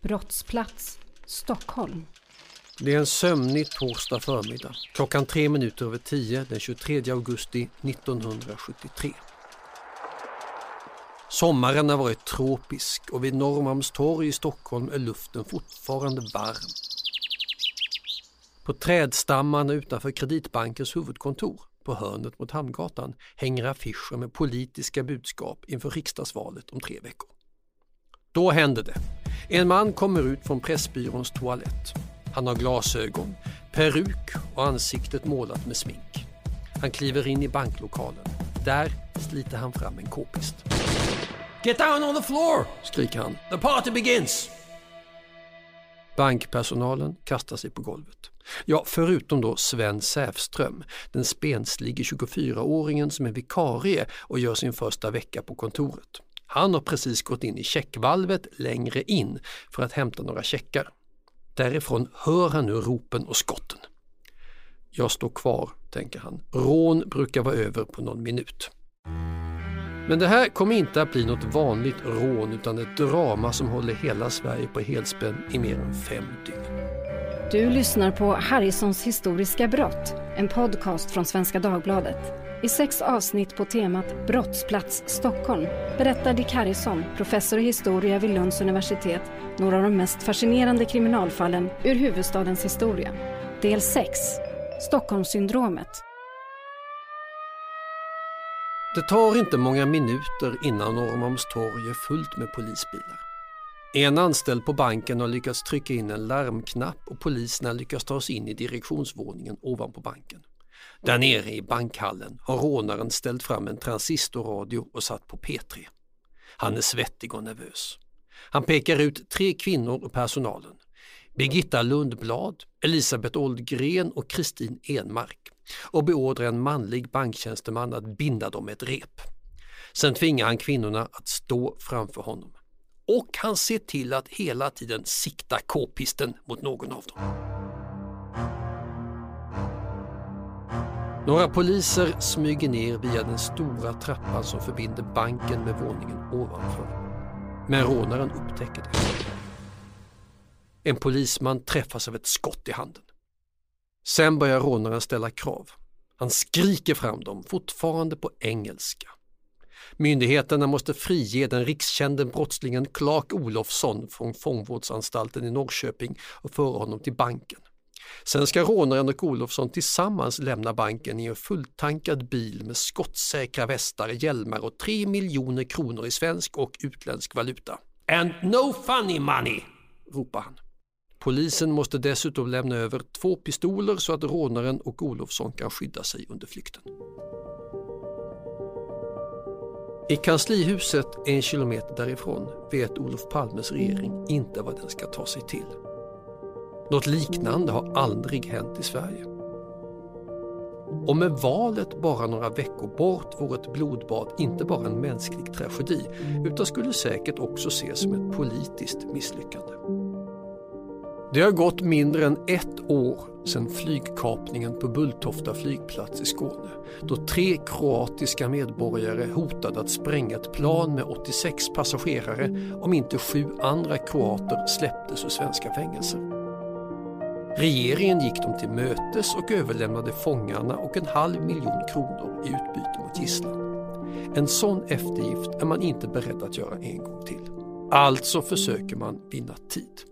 Brottsplats, Stockholm. Det är en sömnig torsdag förmiddag. 10:03 den 23 augusti 1973. Sommaren har varit tropisk och vid Norrmalmstorg i Stockholm är luften fortfarande varm. På trädstammarna utanför Kreditbankens huvudkontor på hörnet mot Hamngatan hänger affischer med politiska budskap inför riksdagsvalet om 3 veckor. Då händer det. En man kommer ut från Pressbyråns toalett. Han har glasögon, peruk och ansiktet målat med smink. Han kliver in i banklokalen. Där sliter han fram en k-pist. "Get down on the floor!" skriker han. "The party begins!" Bankpersonalen kastar sig på golvet. Ja, förutom då Sven Säfström, den spenslige 24-åringen som är vikarie och gör sin första vecka på kontoret. Han har precis gått in i checkvalvet längre in för att hämta några checkar. Därifrån hör han nu ropen och skotten. Jag står kvar, tänker han. Rån brukar vara över på någon minut. Men det här kommer inte att bli något vanligt rån utan ett drama som håller hela Sverige på helspänn i mer än 5 dygn. Du lyssnar på Harrisons historiska brott, en podcast från Svenska Dagbladet. I 6 avsnitt på temat Brottsplats Stockholm berättar Dick Harrison, professor i historia vid Lunds universitet, några av de mest fascinerande kriminalfallen ur huvudstadens historia. Del 6. Stockholmssyndromet. Det tar inte många minuter innan Norrmalmstorg är fullt med polisbilar. En anställd på banken har lyckats trycka in en larmknapp och poliserna lyckas ta sig in i direktionsvåningen ovanpå banken. Där nere i bankhallen har rånaren ställt fram en transistorradio och satt på P3. Han är svettig och nervös. Han pekar ut 3 kvinnor och personalen. Birgitta Lundblad, Elisabeth Oldgren och Kristin Enmark. Och beordrar en manlig banktjänsteman att binda dem med ett rep. Sen tvingar han kvinnorna att stå framför honom. Och han ser till att hela tiden sikta k-pisten mot någon av dem. Några poliser smyger ner via den stora trappan som förbinder banken med våningen ovanför. Men rånaren upptäcker det. En polisman träffas av ett skott i handen. Sen börjar rånaren ställa krav. Han skriker fram dem, fortfarande på engelska. Myndigheterna måste frige den rikskände brottslingen Clark Olofsson från fångvårdsanstalten i Norrköping och föra honom till banken. Sen ska rånaren och Olofsson tillsammans lämna banken i en fulltankad bil med skottsäkra västar, hjälmar och 3 miljoner kronor i svensk och utländsk valuta. "And no funny money!" ropar han. Polisen måste dessutom lämna över 2 pistoler så att rånaren och Olofsson kan skydda sig under flykten. I kanslihuset 1 kilometer därifrån vet Olof Palmes regering inte vad den ska ta sig till. Något liknande har aldrig hänt i Sverige. Och med valet bara några veckor bort vore ett blodbad inte bara en mänsklig tragedi utan skulle säkert också ses som ett politiskt misslyckande. Det har gått mindre än 1 år sedan flygkapningen på Bulltofta flygplats i Skåne, då 3 kroatiska medborgare hotade att spränga ett plan med 86 passagerare om inte 7 andra kroater släpptes ur svenska fängelser. Regeringen gick dem till mötes och överlämnade fångarna och 500 000 kronor i utbyte mot gisslan. En sån eftergift är man inte beredd att göra en gång till. Alltså försöker man vinna tid.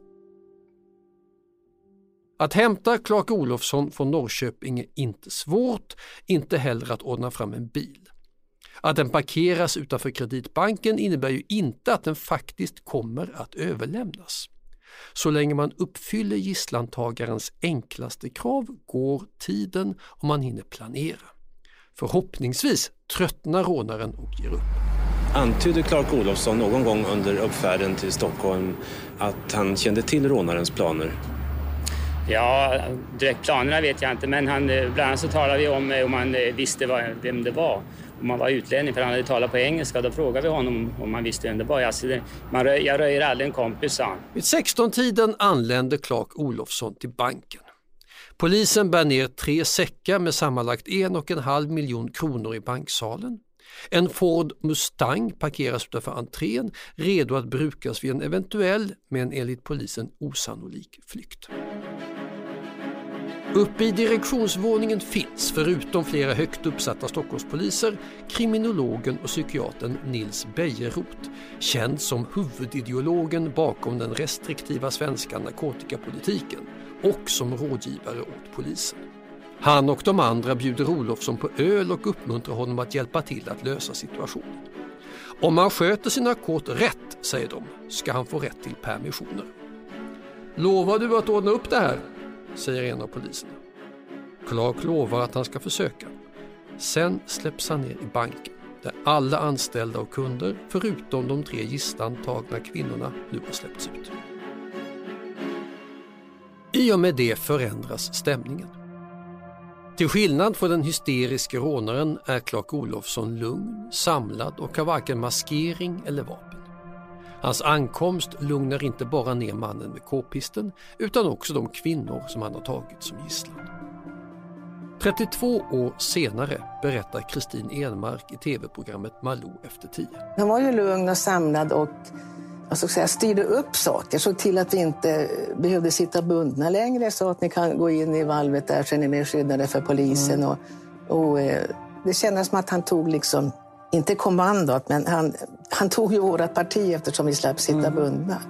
Att hämta Clark Olofsson från Norrköping är inte svårt, inte heller att ordna fram en bil. Att den parkeras utanför Kreditbanken innebär ju inte att den faktiskt kommer att överlämnas. Så länge man uppfyller gisslantagarens enklaste krav går tiden och man hinner planera. Förhoppningsvis tröttnar rånaren och ger upp. Antydde Clark Olofsson någon gång under uppfärden till Stockholm att han kände till rånarens planer? Ja, direkt planerna vet jag inte, men bland annat så talade vi om man visste vem det var. Om man var utlänning, för han hade talat på engelska, då frågade vi honom om man visste vem det var. Alltså jag röjer aldrig en kompis, sa han. Vid 16-tiden anlände Clark Olofsson till banken. Polisen bär ner 3 säckar med sammanlagt 1,5 miljoner kronor i banksalen. En Ford Mustang parkeras utanför entrén, redo att brukas vid en eventuell, men enligt polisen osannolik flykt. Uppe i direktionsvåningen finns, förutom flera högt uppsatta Stockholmspoliser, kriminologen och psykiatern Nils Bejerot, känd som huvudideologen bakom den restriktiva svenska narkotikapolitiken och som rådgivare åt polisen. Han och de andra bjuder Olofsson på öl och uppmuntrar honom att hjälpa till att lösa situationen. Om han sköter sina kort rätt, säger de, ska han få rätt till permissioner. Lovar du att ordna upp det här? Säger en av poliserna. Clark lovar att han ska försöka. Sen släpps han ner i banken där alla anställda och kunder, förutom de 3 gisslantagna kvinnorna, nu har släppts ut. I och med det förändras stämningen. Till skillnad från den hysteriska rånaren är Clark Olofsson lugn, samlad och har varken maskering eller vapen. Hans ankomst lugnar inte bara ner mannen med k-pisten utan också de kvinnor som han har tagit som gisslan. 32 år senare berättar Kristin Enmark i tv-programmet Malou efter 10. Han var ju lugn och samlad och styrde upp saker, såg till att vi inte behövde sitta bundna längre, så att ni kan gå in i valvet där så är ni mer skyddade för polisen. Och det kändes som att han tog liksom, inte kommandot, men han tog ju vårat parti eftersom vi slapp sitta bundna.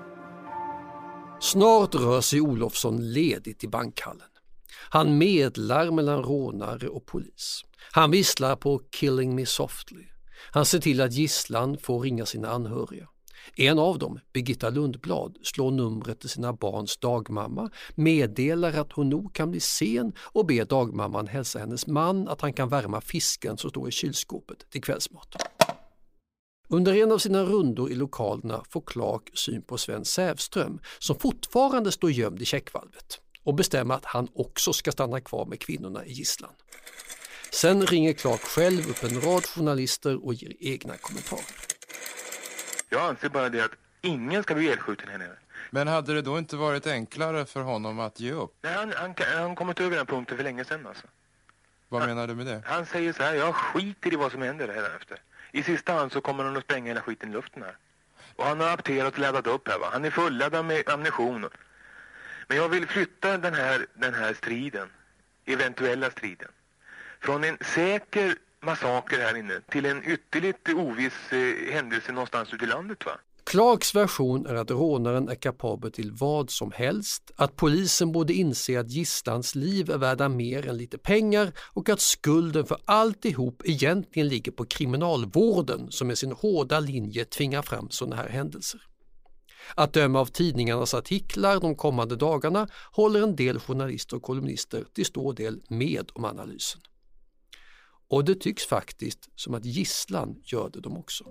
Snart rör sig Olofsson ledigt i bankhallen. Han medlar mellan rånare och polis. Han visslar på Killing Me Softly. Han ser till att gisslan får ringa sina anhöriga. En av dem, Birgitta Lundblad, slår numret till sina barns dagmamma, meddelar att hon nog kan bli sen och ber dagmamman hälsa hennes man att han kan värma fisken som står i kylskåpet till kvällsmat. Under en av sina rundor i lokalerna får Clark syn på Sven Sävström som fortfarande står gömd i checkvalvet och bestämmer att han också ska stanna kvar med kvinnorna i gisslan. Sen ringer Clark själv upp en rad journalister och ger egna kommentarer. Jag anser bara det att ingen ska bli elskjuten här nere. Men hade det då inte varit enklare för honom att ge upp? Nej, han kommit över den punkten för länge sedan alltså. Vad menar du med det? Han säger så här, jag skiter i vad som händer här efter. I sista hand så kommer han att spränga hela skiten i luften här. Och han har apterat och laddat upp här va. Han är fulladdad med ammunition. Men jag vill flytta den här striden, eventuella striden, från en säker massaker här inne till en ytterligt oviss händelse någonstans ute i landet va? Clarks version är att rånaren är kapabel till vad som helst, att polisen borde inse att gisslans liv är värda mer än lite pengar och att skulden för alltihop egentligen ligger på kriminalvården som med sin hårda linje tvingar fram sådana här händelser. Att döma av tidningarnas artiklar de kommande dagarna håller en del journalister och kolumnister till stor del med om analysen. Och det tycks faktiskt som att gisslan gör det de också.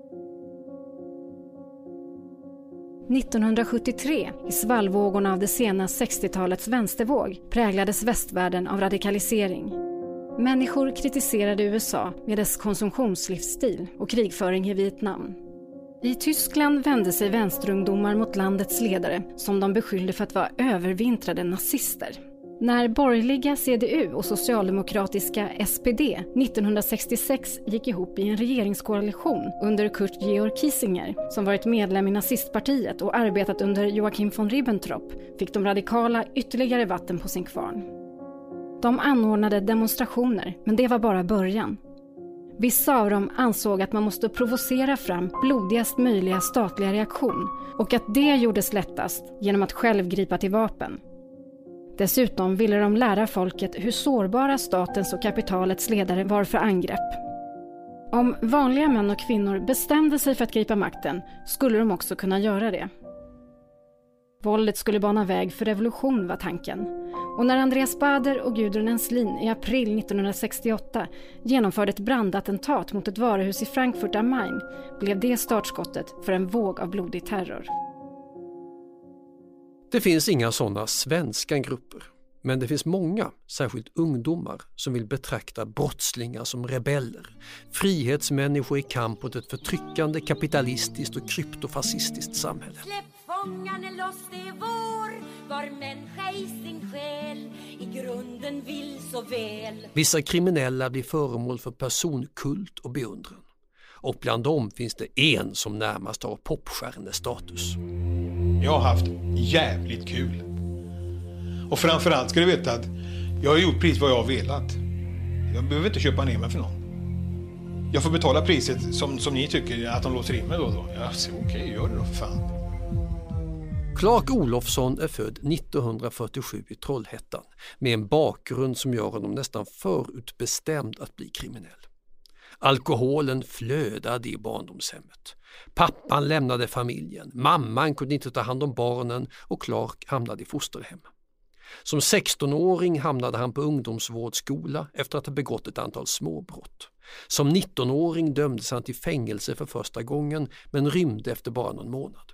1973, i svallvågorna av det sena 60-talets vänstervåg, präglades västvärlden av radikalisering. Människor kritiserade USA med dess konsumtionslivsstil och krigföring i Vietnam. I Tyskland vände sig vänsterungdomar mot landets ledare som de beskyllde för att vara övervintrade nazister. När borgerliga CDU och socialdemokratiska SPD 1966 gick ihop i en regeringskoalition under Kurt Georg Kiesinger, som varit medlem i nazistpartiet och arbetat under Joachim von Ribbentrop, fick de radikala ytterligare vatten på sin kvarn. De anordnade demonstrationer, men det var bara början. Vissa av dem ansåg att man måste provocera fram blodigast möjliga statliga reaktion och att det gjordes lättast genom att själv gripa till vapen. Dessutom ville de lära folket hur sårbara statens och kapitalets ledare var för angrepp. Om vanliga män och kvinnor bestämde sig för att gripa makten skulle de också kunna göra det. Våldet skulle bana väg för revolution var tanken. Och när Andreas Bader och Gudrun Enslin i april 1968 genomförde ett brandattentat mot ett varuhus i Frankfurt am Main blev det startskottet för en våg av blodig terror. Det finns inga sådana svenska grupper, men det finns många, särskilt ungdomar, som vill betrakta brottslingar som rebeller, frihetsmänniskor i kamp mot ett förtryckande kapitalistiskt och kryptofascistiskt samhälle. Släpp ångan är loss, det är vår. Var människa i sin själ i grunden vill så väl. Vissa kriminella blir föremål för personkult och beundran. Och bland dem finns det en som närmast har popstjärnestatus. Jag har haft jävligt kul. Och framförallt ska du veta att jag har gjort precis vad jag har velat. Jag behöver inte köpa ner mig för någon. Jag får betala priset som ni tycker att de låser in mig då. Jag säger okej, gör det då för fan. Clark Olofsson är född 1947 i Trollhättan med en bakgrund som gör honom nästan förutbestämd att bli kriminell. Alkoholen flödade i barndomshemmet. Pappan lämnade familjen, mamman kunde inte ta hand om barnen och Clark hamnade i fosterhem. Som 16-åring hamnade han på ungdomsvårdsskola efter att ha begått ett antal småbrott. Som 19-åring dömdes han till fängelse för första gången men rymde efter bara någon månad.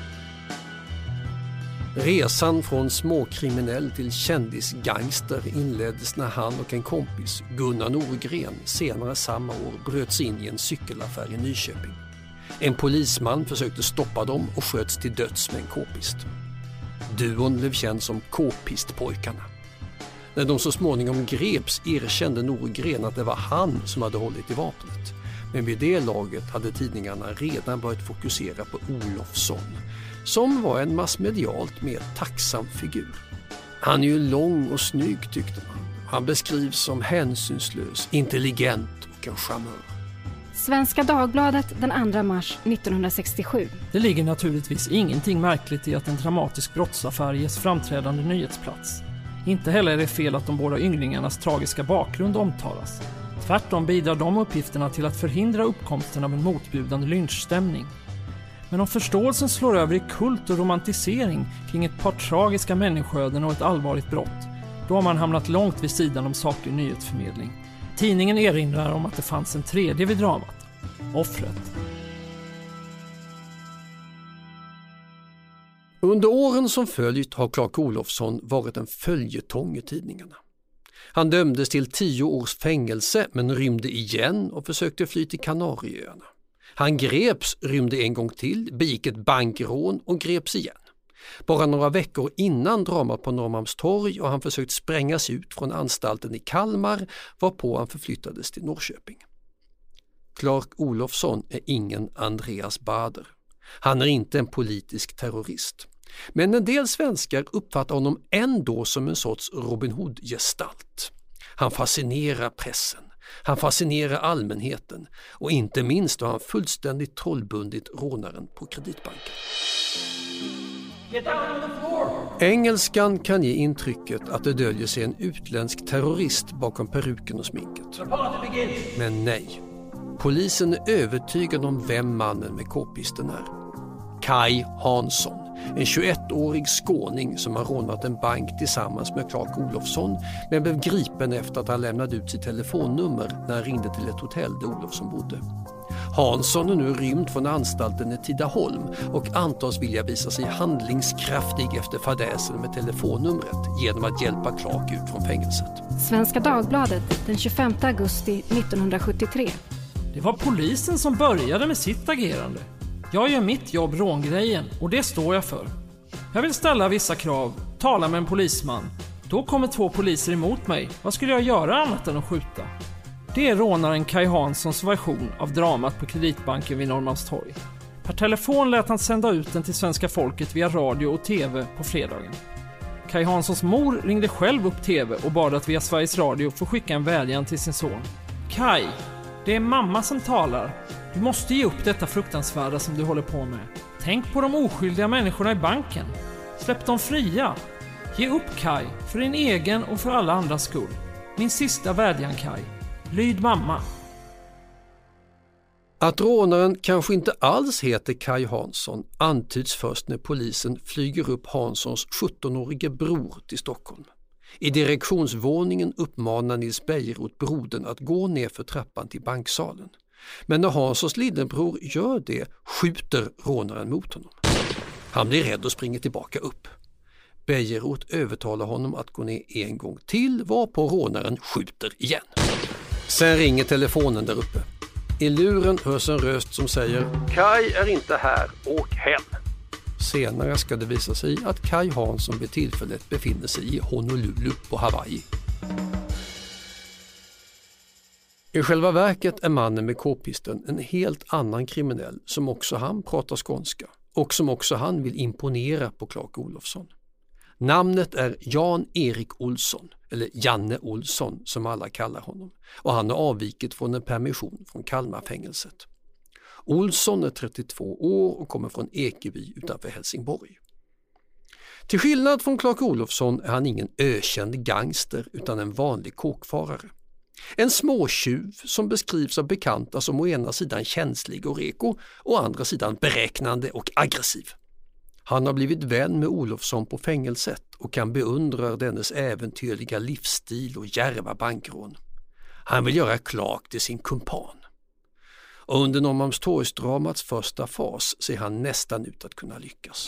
Resan från småkriminell till kändisgangster inleddes när han och en kompis, Gunnar Norgren, senare samma år bröt sig in i en cykelaffär i Nyköping. En polisman försökte stoppa dem och sköts till döds med en k-pist. Duon blev känd som k-pistpojkarna. När de så småningom greps erkände Norgren att det var han som hade hållit i vapnet. Men vid det laget hade tidningarna redan börjat fokusera på Olofsson, som var en massmedialt mer tacksam figur. Han är ju lång och snygg tyckte man. Han beskrivs som hänsynslös, intelligent och en charmör. Svenska Dagbladet den 2 mars 1967. Det ligger naturligtvis ingenting märkligt i att en dramatisk brottsaffär ges framträdande nyhetsplats. Inte heller är det fel att de båda ynglingarnas tragiska bakgrund omtalas. Tvärtom bidrar de uppgifterna till att förhindra uppkomsten av en motbjudande lynchstämning. Men om förståelsen slår över i kult och romantisering kring ett par tragiska människoöden och ett allvarligt brott, då har man hamnat långt vid sidan om saklig nyhetsförmedling. Tidningen erinrar om att det fanns en tredje vid dramat, offret. Under åren som följt har Clark Olofsson varit en följetong i tidningarna. Han dömdes till 10 års fängelse men rymde igen och försökte fly till Kanarieöarna. Han greps, rymde en gång till, begick ett bankrån och greps igen. Bara några veckor innan dramat på Norrmalmstorg och han försökt sprängas ut från anstalten i Kalmar varpå han förflyttades till Norrköping. Clark Olofsson är ingen Andreas Baader. Han är inte en politisk terrorist. Men en del svenskar uppfattar honom ändå som en sorts Robin Hood-gestalt. Han fascinerar pressen. Han fascinerar allmänheten och inte minst har han fullständigt trollbundit rånaren på Kreditbanken. Engelskan kan ge intrycket att det döljer sig en utländsk terrorist bakom peruken och sminket. Men nej. Polisen är övertygad om vem mannen med k-pisten är. Kai Hansson, en 21-årig skåning som har rånat en bank tillsammans med Clark Olofsson men blev gripen efter att han lämnade ut sitt telefonnummer när han ringde till ett hotell där Olofsson bodde. Hansson är nu rymd från anstalten i Tidaholm och antas vilja visa sig handlingskraftig efter fadäsen med telefonnumret genom att hjälpa Clark ut från fängelset. Svenska Dagbladet den 25 augusti 1973. Det var polisen som började med sitt agerande. Jag gör mitt jobb, rångrejen, och det står jag för. Jag vill ställa vissa krav, tala med en polisman. Då kommer 2 poliser emot mig. Vad skulle jag göra annat än att skjuta? Det är rånaren Kai Hanssons version av dramat på Kreditbanken vid Norrmalmstorg. Per telefon lät han sända ut den till svenska folket via radio och tv på fredagen. Kai Hanssons mor ringde själv upp tv och bad att via Sveriges Radio få skicka en vädjan till sin son. Kai, det är mamma som talar. Du måste ge upp detta fruktansvärda som du håller på med. Tänk på de oskyldiga människorna i banken. Släpp dem fria. Ge upp Kai, för din egen och för alla andras skull. Min sista vädjan Kai. Lyd mamma. Att rånaren kanske inte alls heter Kai Hansson antyds först när polisen flyger upp Hanssons 17-årige bror till Stockholm. I direktionsvåningen uppmanar Nils Bejerot brodern att gå ner för trappan till banksalen. Men när Hanssons lillebror gör det skjuter rånaren mot honom. Han blir rädd och springer tillbaka upp. Bejerot övertalar honom att gå ner en gång till varpå rånaren skjuter igen. Sen ringer telefonen där uppe. I luren hörs en röst som säger: Kai är inte här, åk hem. Senare ska det visa sig att Kai Hansson vid tillfället befinner sig i Honolulu på Hawaii. I själva verket är mannen med k-pisten en helt annan kriminell som också han pratar skånska och som också han vill imponera på Clark Olofsson. Namnet är Jan-Erik Olsson, eller Janne Olsson som alla kallar honom, och han har avvikit från en permission från Kalmarfängelset. Olsson är 32 år och kommer från Ekeby utanför Helsingborg. Till skillnad från Clark Olofsson är han ingen ökänd gangster utan en vanlig kåkfarare. En småtjuv som beskrivs av bekanta som å ena sidan känslig och reko och å andra sidan beräknande och aggressiv. Han har blivit vän med Olofsson på fängelset och kan beundra dennes äventyrliga livsstil och djärva bankrån. Han vill göra Clark till sin kumpan. Och under Norrmalmstorgsdramats första fas ser han nästan ut att kunna lyckas.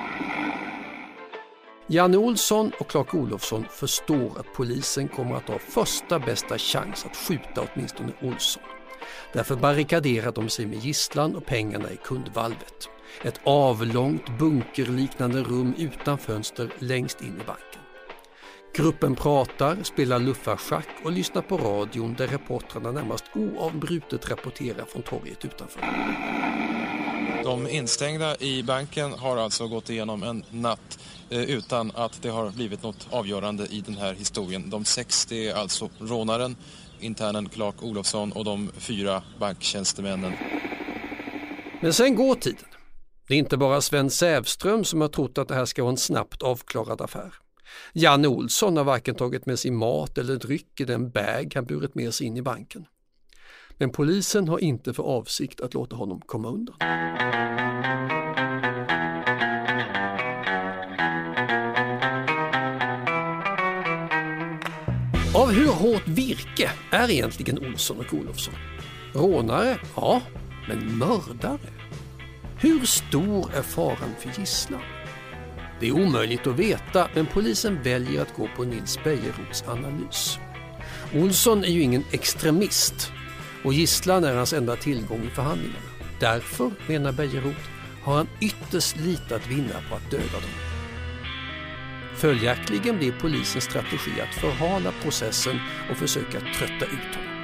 Janne Olsson och Clark Olofsson förstår att polisen kommer att ha första bästa chans att skjuta åtminstone Olsson. Därför barrikaderar de sig med gisslan och pengarna i kundvalvet. Ett avlångt bunkerliknande rum utan fönster längst in i banken. Gruppen pratar, spelar luffarschack och lyssnar på radion där reportrarna närmast oavbrutet rapporterar från torget utanför. De instängda i banken har alltså gått igenom en natt utan att det har blivit något avgörande i den här historien. De 60 är alltså rånaren, internen Clark Olofsson och de 4 banktjänstemännen. Men sen går tiden. Det är inte bara Sven Sävström som har trott att det här ska vara en snabbt avklarad affär. Janne Olsson har varken tagit med sig mat eller dryck i den bag han burit med sig in i banken. Men polisen har inte för avsikt att låta honom komma undan. Av hur hårt virke är egentligen Olsson och Olofsson? Rånare? Ja, men mördare? Hur stor är faran för gisslan? Det är omöjligt att veta, men polisen väljer att gå på Nils Bejerots analys. Olsson är ju ingen extremist och gisslan är hans enda tillgång i förhandlingarna. Därför, menar Bejerot, har han ytterst lite att vinna på att döda dem. Följaktligen blir polisens strategi att förhala processen och försöka trötta ut honom.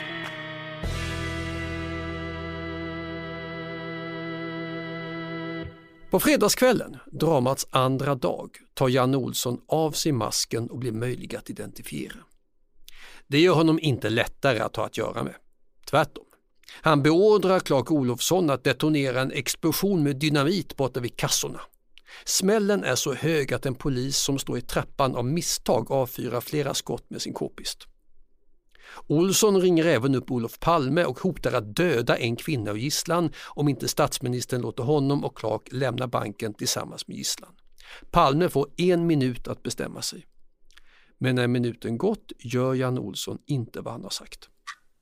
På fredagskvällen, dramats andra dag, tar Janne Olsson av sig masken och blir möjlig att identifiera. Det gör honom inte lättare att ha att göra med. Tvärtom. Han beordrar Clark Olofsson att detonera en explosion med dynamit borta vid kassorna. Smällen är så hög att en polis som står i trappan av misstag avfyrar flera skott med sin k-pist. Olsson ringer även upp Olof Palme och hotar att döda en kvinna och gisslan om inte statsministern låter honom och Clark lämna banken tillsammans med gisslan. Palme får 1 minut att bestämma sig. Men när minuten gått gör Janne Olsson inte vad han har sagt.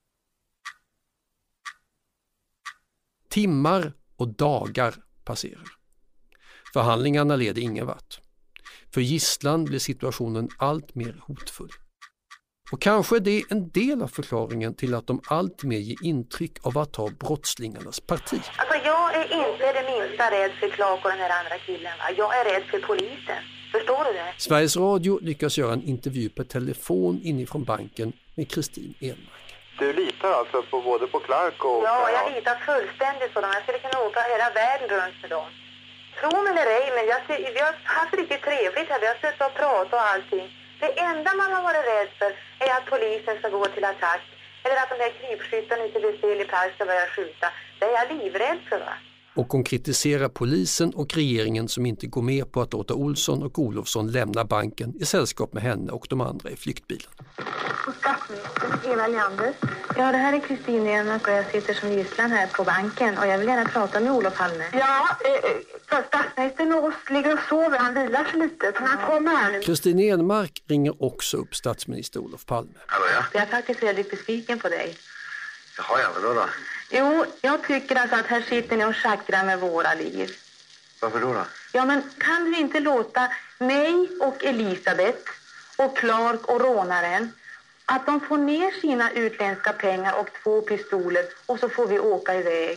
Timmar och dagar passerar. Förhandlingarna leder ingen vart. För gisslan blir situationen allt mer hotfull. Och kanske det är en del av förklaringen till att de allt mer ger intryck av att ta brottslingarnas parti. Alltså jag är inte det minsta rädd för Clark och den här andra killen. Va? Jag är rädd för polisen. Förstår du det? Sveriges Radio lyckas göra en intervju per telefon inifrån banken med Kristin Enmark. Du litar alltså på både på Clark och... Ja, jag litar fullständigt på dem. Jag skulle kunna åka hela världen runt med dem. Tro mig eller ej, men vi har haft riktigt trevligt här. Vi har suttit och pratat och allting. Det enda man har varit rädd för är att polisen ska gå till attack. Eller att de här krypskyttarna inte vill se i park ska börja skjuta. Det är jag livrädd för, va? Och hon kritiserar polisen och regeringen som inte går med på att låta Olsson och Olofsson lämna banken i sällskap med henne och de andra i flyktbilen. Statsminister Eva Leander. Ja, det här är Kristin Enmark och jag sitter som gisslan här på banken och jag vill gärna prata med Olof Palme. Ja, statsministern ligger och sover, han vilar sig lite, så han kommer här nu. Kristin Enmark ringer också upp statsminister Olof Palme. Hallå, ja. Jag är faktiskt väldigt besviken på dig. Jaha, ja, vadå då? Jo, jag tycker alltså att här sitter ni och schackrar med våra liv. Varför då? Ja, men kan du inte låta mig och Elisabeth och Clark och rånaren att de får ner sina utländska pengar och 2 pistoler och så får vi åka iväg.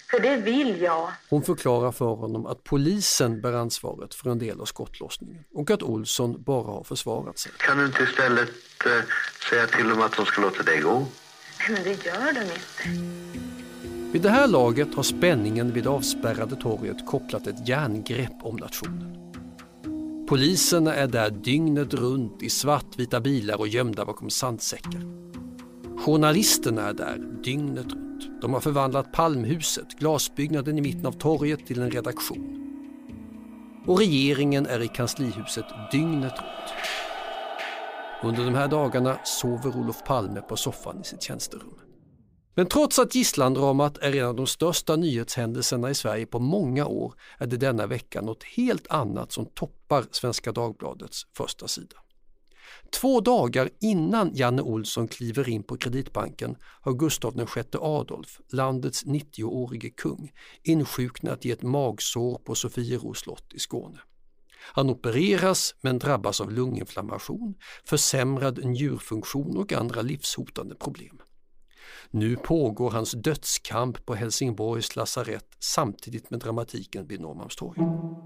För det vill jag. Hon förklarar för honom att polisen bär ansvaret för en del av skottlossningen och att Olsson bara har försvarat sig. Kan du inte istället säga till dem att de ska låta dig gå? Men det gör de inte. Vid det här laget har spänningen vid avspärrade torget kopplat ett järngrepp om nationen. Poliserna är där dygnet runt i svartvita bilar och gömda bakom sandsäckar. Journalisterna är där dygnet runt. De har förvandlat Palmhuset, glasbyggnaden i mitten av torget, till en redaktion. Och regeringen är i kanslihuset dygnet runt. Under de här dagarna sover Olof Palme på soffan i sitt tjänsterum. Men trots att gisslandramat är en av de största nyhetshändelserna i Sverige på många år är det denna vecka något helt annat som toppar Svenska Dagbladets första sida. 2 dagar innan Janne Olsson kliver in på Kreditbanken har Gustav VI Adolf, landets 90-årige kung, insjuknat i ett magsår på Sofieros slott i Skåne. Han opereras men drabbas av lunginflammation, försämrad njurfunktion och andra livshotande problem. Nu pågår hans dödskamp på Helsingborgs lasarett samtidigt med dramatiken vid Norrmalmstorg.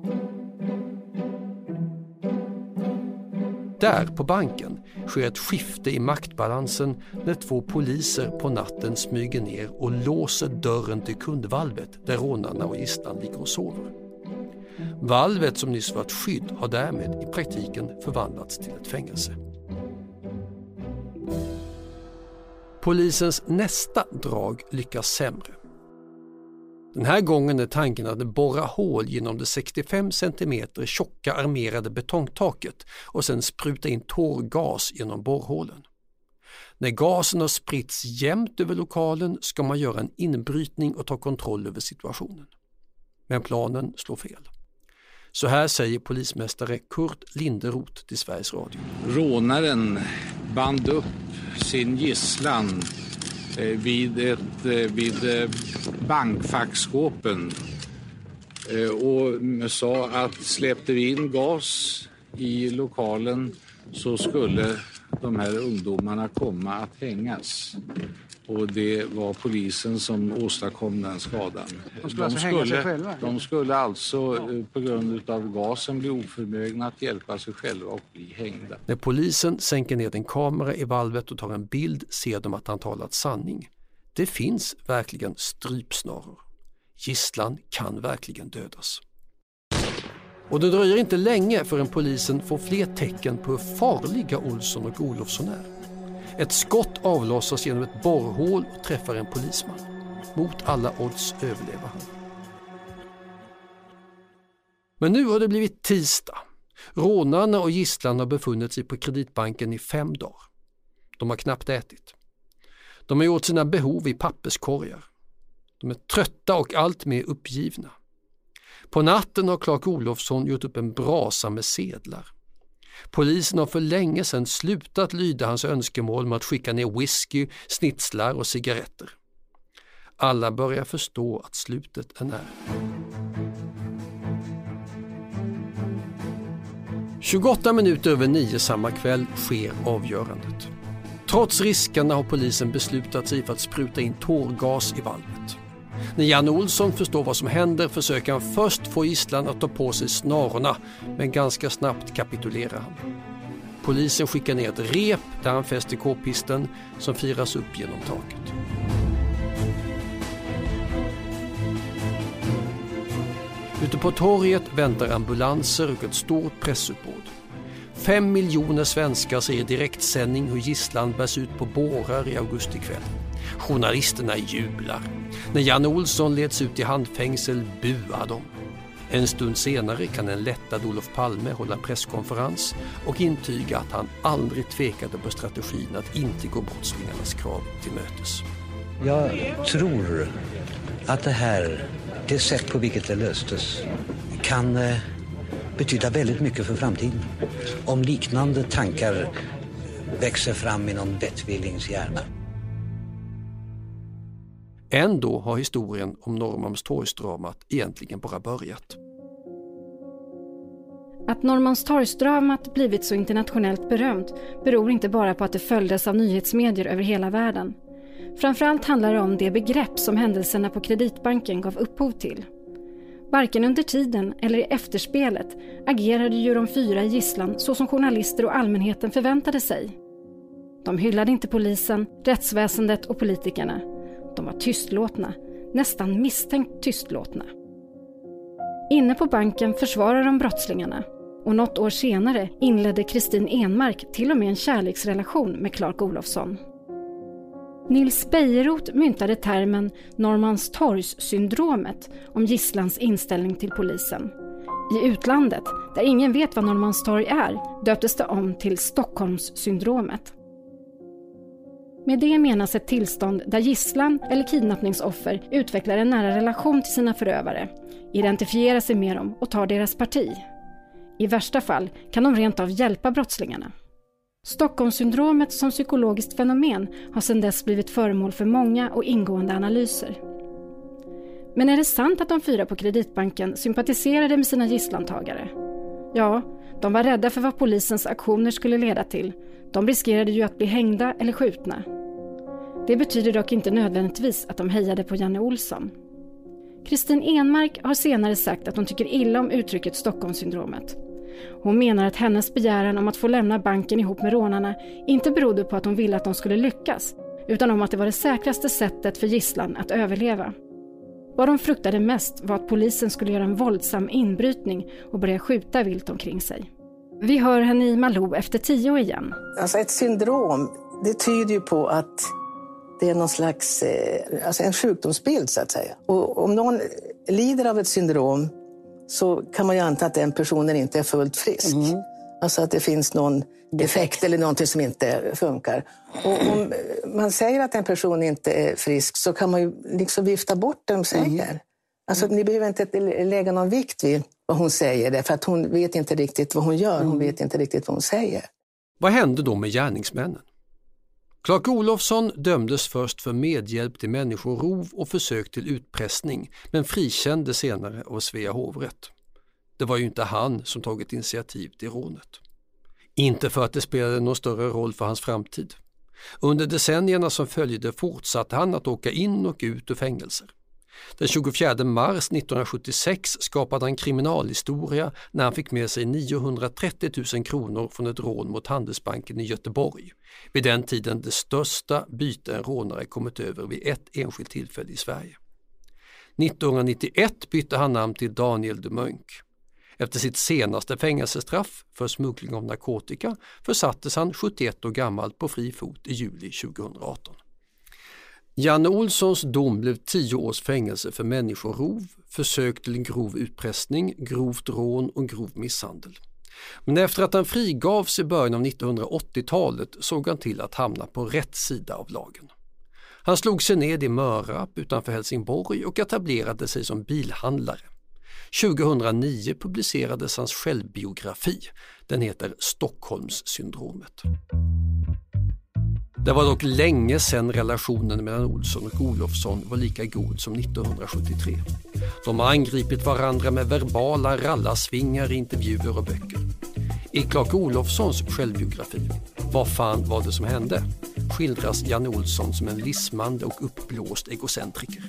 Där på banken sker ett skifte i maktbalansen när 2 poliser på natten smyger ner och låser dörren till kundvalvet där rånarna och gisslan ligger och sover. Valvet som nyss var ett skydd har därmed i praktiken förvandlats till ett fängelse. Polisens nästa drag lyckas sämre. Den här gången är tanken att borra hål genom det 65 cm tjocka armerade betongtaket och sen spruta in tårgas genom borrhålen. När gasen har spritts jämnt över lokalen ska man göra en inbrytning och ta kontroll över situationen. Men planen slår fel. Så här säger polismästare Kurt Linderoth till Sveriges Radio. Rånaren band upp sin gisslan vid bankfackskåpen och sa att släppte vi in gas i lokalen så skulle de här ungdomarna komma att hängas. Och det var polisen som åstadkom den skadan. De skulle alltså på grund av gasen bli oförmögna att hjälpa sig själva och bli hängda. När polisen sänker ner en kamera i valvet och tar en bild ser de att han talat sanning. Det finns verkligen strypsnaror. Gisslan kan verkligen dödas. Och det dröjer inte länge förrän polisen får fler tecken på hur farliga Olsson och Olofsson är. Ett skott avlossas genom ett borrhål och träffar en polisman. Mot alla odds överlever han. Men nu har det blivit tisdag. Rånarna och gisslan har befunnit sig på Kreditbanken i 5 dagar. De har knappt ätit. De har gjort sina behov i papperskorgar. De är trötta och allt mer uppgivna. På natten har Clark Olofsson gjort upp en brasa med sedlar. Polisen har för länge sedan slutat lyda hans önskemål om att skicka ner whisky, snitslar och cigaretter. Alla börjar förstå att slutet är nära. 28 minuter över 9 samma kväll sker avgörandet. Trots riskerna har polisen beslutat sig för att spruta in tårgas i valvet. När Janne Olsson förstår vad som händer försöker han först få gisslan att ta på sig snarorna, men ganska snabbt kapitulerar han. Polisen skickar ner ett rep där han fäster k-pisten som firas upp genom taket. Ute på torget väntar ambulanser och ett stort pressuppbåd. 5 miljoner svenskar ser i direktsändning hur gisslan bärs ut på bårar i augustikväll. Journalisterna jublar. När Janne Olsson leds ut i handfängsel buar de. En stund senare kan en lättad Olof Palme hålla presskonferens och intyga att han aldrig tvekade på strategin att inte gå brottslingarnas krav till mötes. Jag tror att det sätt på vilket det löstes kan betyda väldigt mycket för framtiden. Om liknande tankar växer fram i någon vettvillings hjärna. Ändå har historien om Norrmalmstorgsdramat egentligen bara börjat. Att Norrmalmstorgsdramat blivit så internationellt berömt beror inte bara på att det följdes av nyhetsmedier över hela världen. Framförallt handlar det om det begrepp som händelserna på Kreditbanken gav upphov till. Varken under tiden eller i efterspelet agerade ju de 4 i gisslan så som journalister och allmänheten förväntade sig. De hyllade inte polisen, rättsväsendet och politikerna. De var tystlåtna, nästan misstänkt tystlåtna. Inne på banken försvarar de brottslingarna och något år senare inledde Kristin Enmark till och med en kärleksrelation med Clark Olofsson. Nils Bejerot myntade termen Norrmalmstorgssyndromet om gisslans inställning till polisen. I utlandet, där ingen vet vad Norrmalmstorg är, döptes det om till Stockholmssyndromet. Med det menas ett tillstånd där gisslan eller kidnappningsoffer utvecklar en nära relation till sina förövare, identifierar sig med dem och tar deras parti. I värsta fall kan de rent av hjälpa brottslingarna. Stockholmssyndromet som psykologiskt fenomen har sedan dess blivit föremål för många och ingående analyser. Men är det sant att de 4 på Kreditbanken sympatiserade med sina gisslantagare? Ja, de var rädda för vad polisens aktioner skulle leda till. De riskerade ju att bli hängda eller skjutna. Det betyder dock inte nödvändigtvis att de hejade på Janne Olsson. Kristin Enmark har senare sagt att hon tycker illa om uttrycket Stockholmssyndromet. Hon menar att hennes begäran om att få lämna banken ihop med rånarna inte berodde på att hon ville att de skulle lyckas, utan om att det var det säkraste sättet för gisslan att överleva. Vad de fruktade mest var att polisen skulle göra en våldsam inbrytning och börja skjuta vilt omkring sig. Vi hör henne i Malou efter 10 igen. Alltså ett syndrom, det tyder ju på att det är någon slags en sjukdomsbild så att säga. Och om någon lider av ett syndrom så kan man ju anta att den personen inte är fullt frisk. Alltså att det finns någon defekt eller någonting som inte funkar. Och om man säger att en person inte är frisk så kan man ju liksom vifta bort det de säger. Alltså ni behöver inte lägga någon vikt vid vad hon säger därför att hon vet inte riktigt vad hon gör. Hon vet inte riktigt vad hon säger. Vad hände då med gärningsmännen? Clark Olofsson dömdes först för medhjälp till människorov och försök till utpressning, men frikändes senare av Svea hovrätt. Det var ju inte han som tagit initiativ till rånet. Inte för att det spelade någon större roll för hans framtid. Under decennierna som följde fortsatte han att åka in och ut ur fängelser. Den 24 mars 1976 skapade han kriminalhistoria när han fick med sig 930 000 kronor från ett rån mot Handelsbanken i Göteborg. Vid den tiden det största byte en rånare kommit över vid ett enskilt tillfälle i Sverige. 1991 bytte han namn till Daniel de Munk. Efter sitt senaste fängelsestraff för smuggling av narkotika försattes han 71 år gammal på fri fot i juli 2018. Janne Olssons dom blev 10 års fängelse för människorov, försök till grov utpressning, grovt rån och grov misshandel. Men efter att han frigavs i början av 1980-talet såg han till att hamna på rätt sida av lagen. Han slog sig ned i Mörarp utanför Helsingborg och etablerade sig som bilhandlare. 2009 publicerades hans självbiografi. Den heter Stockholmssyndromet. Det var dock länge sedan relationen mellan Olsson och Olofsson var lika god som 1973. De har angripit varandra med verbala rallarsvingar i intervjuer och böcker. I Clark Olofssons självbiografi, Vad fan var det som hände?, skildras Janne Olsson som en lismande och uppblåst egocentriker.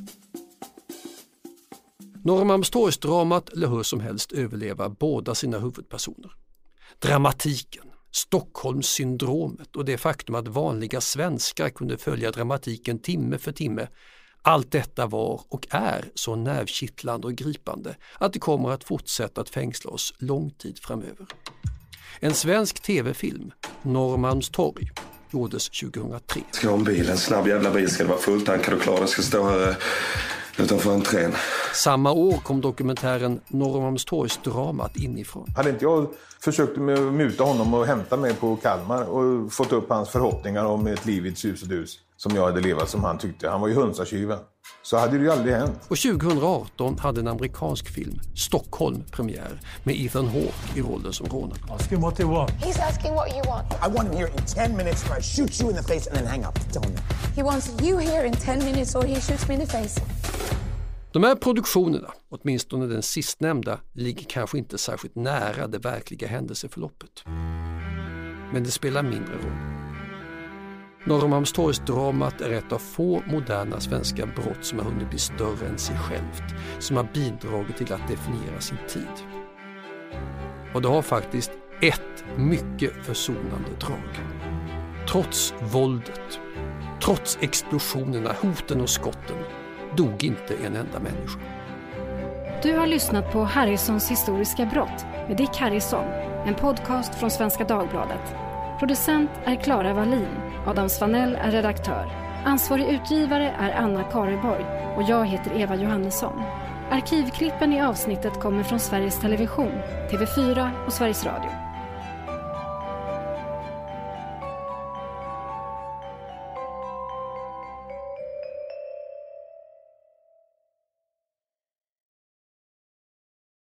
Norrmalmstorgsdramat eller hur som helst överleva båda sina huvudpersoner. Dramatiken, Stockholmssyndromet och det faktum att vanliga svenskar kunde följa dramatiken timme för timme. Allt detta var och är så nervkittlande och gripande att det kommer att fortsätta att fängsla oss lång tid framöver. En svensk tv-film, Norrmalmstorg, gjordes 2003. Ska jag ha en bil, en snabb jävla bil, ska det vara fulltankad och klar, ska stå här utanför entrén. Samma år kom dokumentären Norrmalmstorgsdramat inifrån. Hade inte jag försökt muta honom och hämta mig på Kalmar och fått upp hans förhoppningar om ett liv i ett sus och dus som jag hade levat som han tyckte. Han var ju hönsatjuven. Så hade det ju aldrig hänt. Och 2018 hade en amerikansk film, Stockholm, premiär med Ethan Hawke i rollen som rånare. Ask him what they want. He's asking what you want. I want him here in 10 minutes or I shoot you in the face and then hang up. Tell him that. He wants you here in 10 minutes or he shoots me in the face. De här produktionerna, åtminstone den sistnämnda, ligger kanske inte särskilt nära det verkliga händelseförloppet. Men det spelar mindre roll. Norrmalmstorgsdramat är ett av få moderna svenska brott som har hunnit bli större än sig självt, som har bidragit till att definiera sin tid. Och det har faktiskt ett mycket försonande drag. Trots våldet, trots explosionerna, hoten och skotten, dog inte en enda människa. Du har lyssnat på Harrisons historiska brott med Dick Harrison, en podcast från Svenska Dagbladet. Producent är Clara Wallin, Adam Svanell är redaktör. Ansvarig utgivare är Anna Kareborg och jag heter Eva Johannesson. Arkivklippen i avsnittet kommer från Sveriges Television, TV4 och Sveriges Radio.